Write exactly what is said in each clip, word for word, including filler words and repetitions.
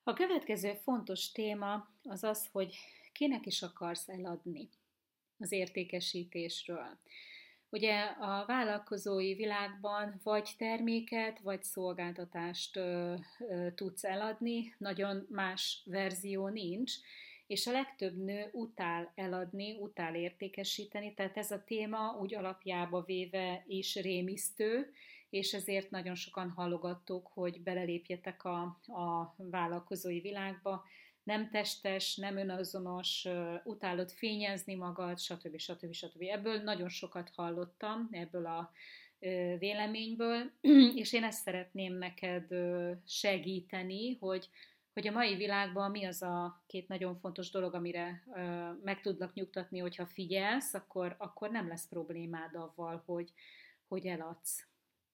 A következő fontos téma az az, hogy kinek is akarsz eladni az értékesítésről. Ugye a vállalkozói világban vagy terméket, vagy szolgáltatást ö, ö, tudsz eladni, nagyon más verzió nincs, és a legtöbb nő utál eladni, utál értékesíteni, tehát ez a téma úgy alapjába véve is rémisztő, és ezért nagyon sokan hallogattuk, hogy belelépjetek a, a vállalkozói világba. Nem testes, nem önazonos, utálod fényezni magad, stb. stb. stb. Ebből nagyon sokat hallottam, ebből a véleményből, és én ezt szeretném neked segíteni, hogy, hogy a mai világban mi az a két nagyon fontos dolog, amire meg tudlak nyugtatni, hogyha figyelsz, akkor, akkor nem lesz problémád avval, hogy, hogy eladsz.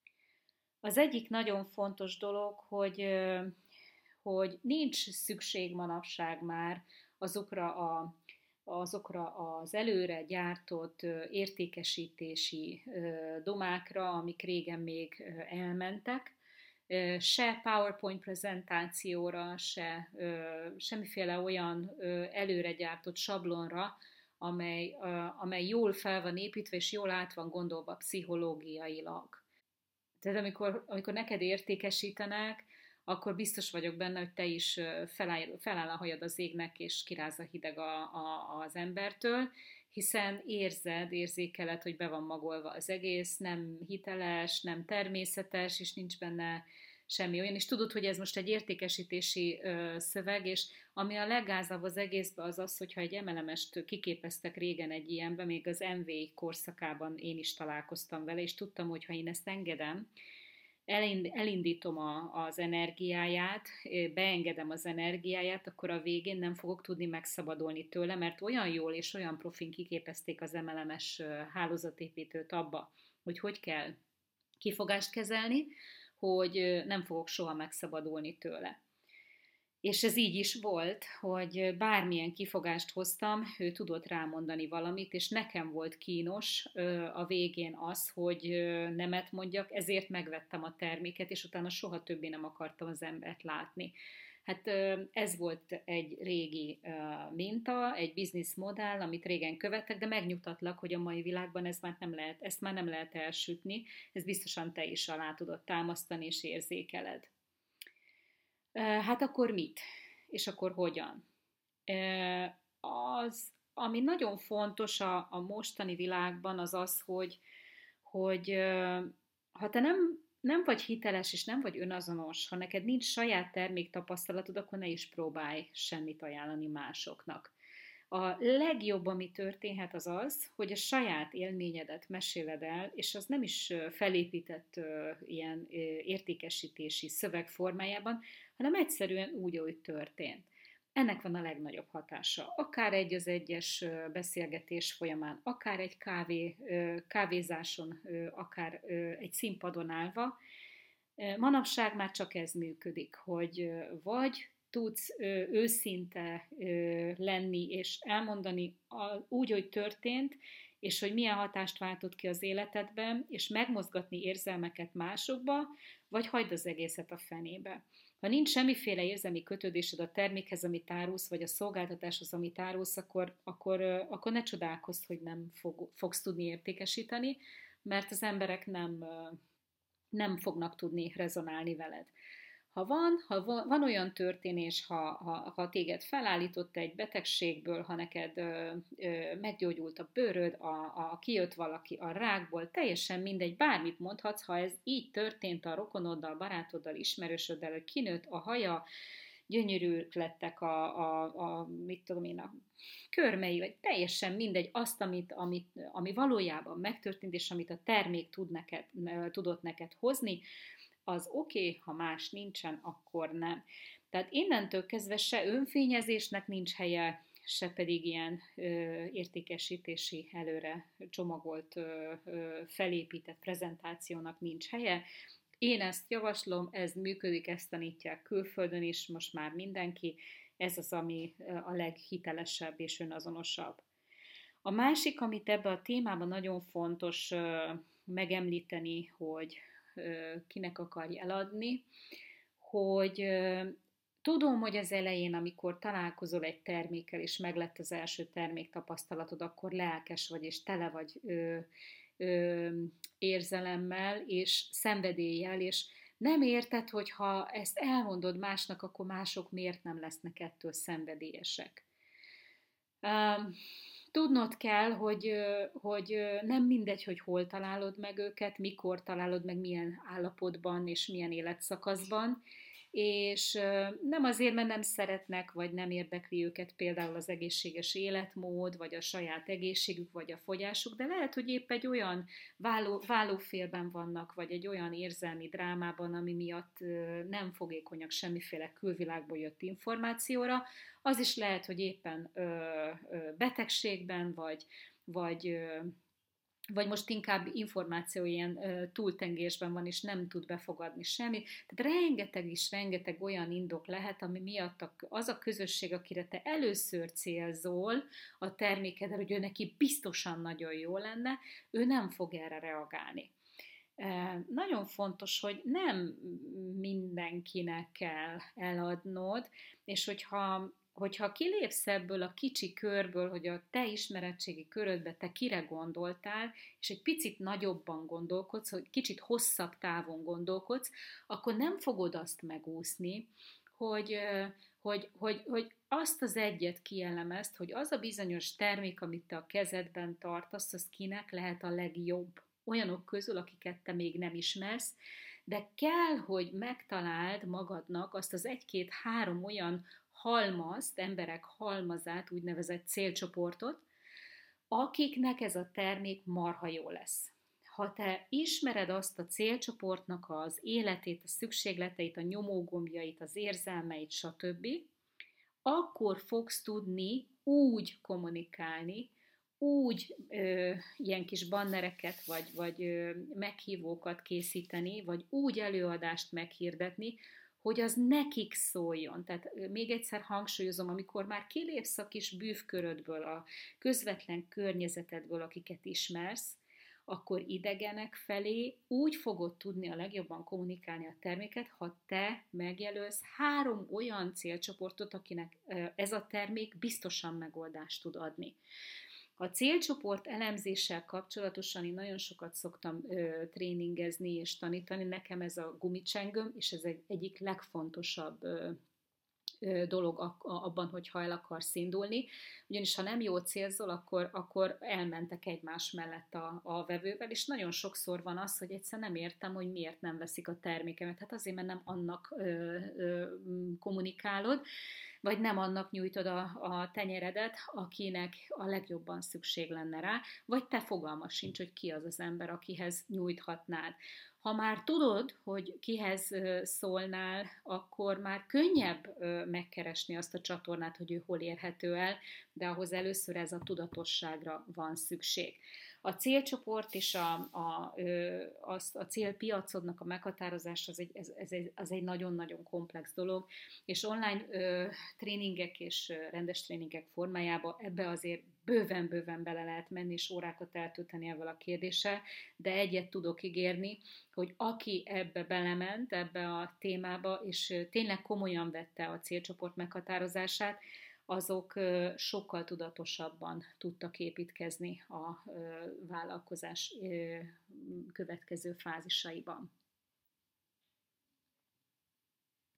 Az egyik nagyon fontos dolog, hogy, hogy nincs szükség manapság már azokra, a, azokra az előre gyártott értékesítési domákra, amik régen még elmentek, se PowerPoint prezentációra, se semmiféle olyan előre gyártott sablonra, amely, amely jól fel van építve és jól át van gondolva pszichológiailag. Tehát amikor, amikor neked értékesítenek, akkor biztos vagyok benne, hogy te is feláll, feláll a hajad az égnek, és kiráz a hideg a, a, az embertől, hiszen érzed, érzékeled, hogy be van magolva az egész, nem hiteles, nem természetes, és nincs benne semmi olyan, és tudod, hogy ez most egy értékesítési ö, szöveg, és ami a leggázabb az egészben az az, hogyha egy em el em-est kiképeztek régen egy ilyenbe, még az em vé korszakában én is találkoztam vele, és tudtam, hogy ha én ezt engedem, elindítom a, az energiáját, beengedem az energiáját, akkor a végén nem fogok tudni megszabadulni tőle, mert olyan jól és olyan profin kiképezték az em el em-es hálózatépítőt abba, hogy hogy kell kifogást kezelni, hogy nem fogok soha megszabadulni tőle. És ez így is volt, hogy bármilyen kifogást hoztam, ő tudott rámondani valamit, és nekem volt kínos a végén az, hogy nemet mondjak, ezért megvettem a terméket, és utána soha többé nem akartam az embert látni. Hát ez volt egy régi minta, egy bizniszmodell, amit régen követtek, de megnyugtatlak, hogy a mai világban ez már nem lehet, ezt már nem lehet elsütni, ez biztosan te is alá tudod támasztani és érzékeled. Hát akkor mit? És akkor hogyan? Az, ami nagyon fontos a, a mostani világban, az az, hogy, hogy ha te nem, nem vagy hiteles és nem vagy önazonos, ha neked nincs saját terméktapasztalatod, akkor ne is próbálj semmit ajánlani másoknak. A legjobb, ami történhet, az az, hogy a saját élményedet meséled el, és az nem is felépített ilyen értékesítési szöveg formájában, hanem egyszerűen úgy, ahogy történt. Ennek van a legnagyobb hatása. Akár egy az egyes beszélgetés folyamán, akár egy kávé, kávézáson, akár egy színpadon állva. Manapság már csak ez működik, hogy vagy tudsz ö, őszinte ö, lenni és elmondani a, úgy, hogy történt, és hogy milyen hatást váltott ki az életedben, és megmozgatni érzelmeket másokba, vagy hagyd az egészet a fenébe. Ha nincs semmiféle érzelmi kötődésed a termékhez, amit árulsz, vagy a szolgáltatáshoz, amit árulsz, akkor, akkor, akkor ne csodálkozz, hogy nem fog, fogsz tudni értékesíteni, mert az emberek nem, nem fognak tudni rezonálni veled. Ha van, ha van olyan történés, ha, ha, ha téged felállított egy betegségből, ha neked ö, ö, meggyógyult a bőröd, a, a, kijött valaki a rákból, teljesen mindegy, bármit mondhatsz, ha ez így történt a rokonoddal, barátoddal, ismerősöddel, hogy kinőtt a haja, gyönyörűek lettek a, a, a, mit tudom én, a körmei, vagy teljesen mindegy, azt, amit, amit, ami valójában megtörtént, és amit a termék tud neked, tudott neked hozni, az oké, okay, ha más nincsen, akkor nem. Tehát innentől kezdve se önfényezésnek nincs helye, se pedig ilyen ö, értékesítési előre csomagolt, ö, ö, felépített prezentációnak nincs helye. Én ezt javaslom, ez működik, ezt tanítják külföldön is, most már mindenki, ez az, ami a leghitelesebb és önazonosabb. A másik, amit ebben a témában nagyon fontos ö, megemlíteni, hogy kinek akarj eladni, hogy Tudom, hogy az elején, amikor találkozol egy termékkel, és meglett az első termék tapasztalatod, akkor lelkes vagy, és tele vagy ö, ö, érzelemmel, és szenvedéllyel, és nem érted, hogy ha ezt elmondod másnak, akkor mások miért nem lesznek ettől szenvedélyesek. Um, Tudnod kell, hogy, ö, hogy ö, nem mindegy, hogy hol találod meg őket, mikor találod meg, milyen állapotban és milyen életszakaszban, és ö, nem azért, mert nem szeretnek, vagy nem érdekli őket például az egészséges életmód, vagy a saját egészségük, vagy a fogyásuk, de lehet, hogy épp egy olyan váló, válófélben vannak, vagy egy olyan érzelmi drámában, ami miatt ö, nem fogékonyak semmiféle külvilágból jött információra. Az is lehet, hogy éppen ö, ö, betegségben, vagy, vagy, ö, vagy most inkább információ ilyen ö, túltengésben van, és nem tud befogadni semmit. Tehát rengeteg is, rengeteg olyan indok lehet, ami miatt a, az a közösség, akire te először célzol a termékedre, hogy ő neki biztosan nagyon jó lenne, ő nem fog erre reagálni. Nagyon fontos, hogy nem mindenkinek kell eladnod, és hogyha, hogyha kilépsz ebből a kicsi körből, hogy a te ismeretségi körödbe te kire gondoltál, és egy picit nagyobban gondolkodsz, hogy kicsit hosszabb távon gondolkodsz, akkor nem fogod azt megúszni, hogy, hogy, hogy, hogy azt az egyet kielemezt, hogy az a bizonyos termék, amit te a kezedben tartasz, az kinek lehet a legjobb olyanok közül, akiket te még nem ismersz, de kell, hogy megtaláld magadnak azt az egy-két-három olyan halmazt, emberek halmazát, úgynevezett célcsoportot, akiknek ez a termék marha jó lesz. Ha te ismered azt a célcsoportnak az életét, a szükségleteit, a nyomógombjait, az érzelmeit, stb., akkor fogsz tudni úgy kommunikálni, úgy ö, ilyen kis bannereket, vagy, vagy ö, meghívókat készíteni, vagy úgy előadást meghirdetni, hogy az nekik szóljon. Tehát ö, még egyszer hangsúlyozom, amikor már kilépsz a kis bűvkörödből, a közvetlen környezetedből, akiket ismersz, akkor idegenek felé úgy fogod tudni a legjobban kommunikálni a terméket, ha te megjelölsz három olyan célcsoportot, akinek ez a termék biztosan megoldást tud adni. A célcsoport elemzéssel kapcsolatosan én nagyon sokat szoktam ö, tréningezni és tanítani, nekem ez a gumicsengőm, és ez egy egyik legfontosabb ö, dolog abban, hogy ha el akarsz indulni. Ugyanis ha nem jó célzol, akkor, akkor elmentek egymás mellett a, a vevővel, és nagyon sokszor van az, hogy egyszer nem értem, hogy miért nem veszik a termékemet. Hát azért, mert nem annak ö, ö, kommunikálod, vagy nem annak nyújtod a, a tenyeredet, akinek a legjobban szükség lenne rá, vagy te fogalma sincs, hogy ki az az ember, akihez nyújthatnád. Ha már tudod, hogy kihez szólnál, akkor már könnyebb megkeresni azt a csatornát, hogy ő hol érhető el, de ahhoz először ez a tudatosságra van szükség. A célcsoport és a, a, a, a célpiacodnak a meghatározása az egy, ez, ez egy, az egy nagyon-nagyon komplex dolog, és online ö, tréningek és rendes tréningek formájába ebbe azért bőven-bőven bele lehet menni, és órákat eltölteni ezzel a kérdéssel, de egyet tudok ígérni, hogy aki ebbe belement, ebbe a témába, és tényleg komolyan vette a célcsoport meghatározását, azok sokkal tudatosabban tudtak építkezni a vállalkozás következő fázisaiban.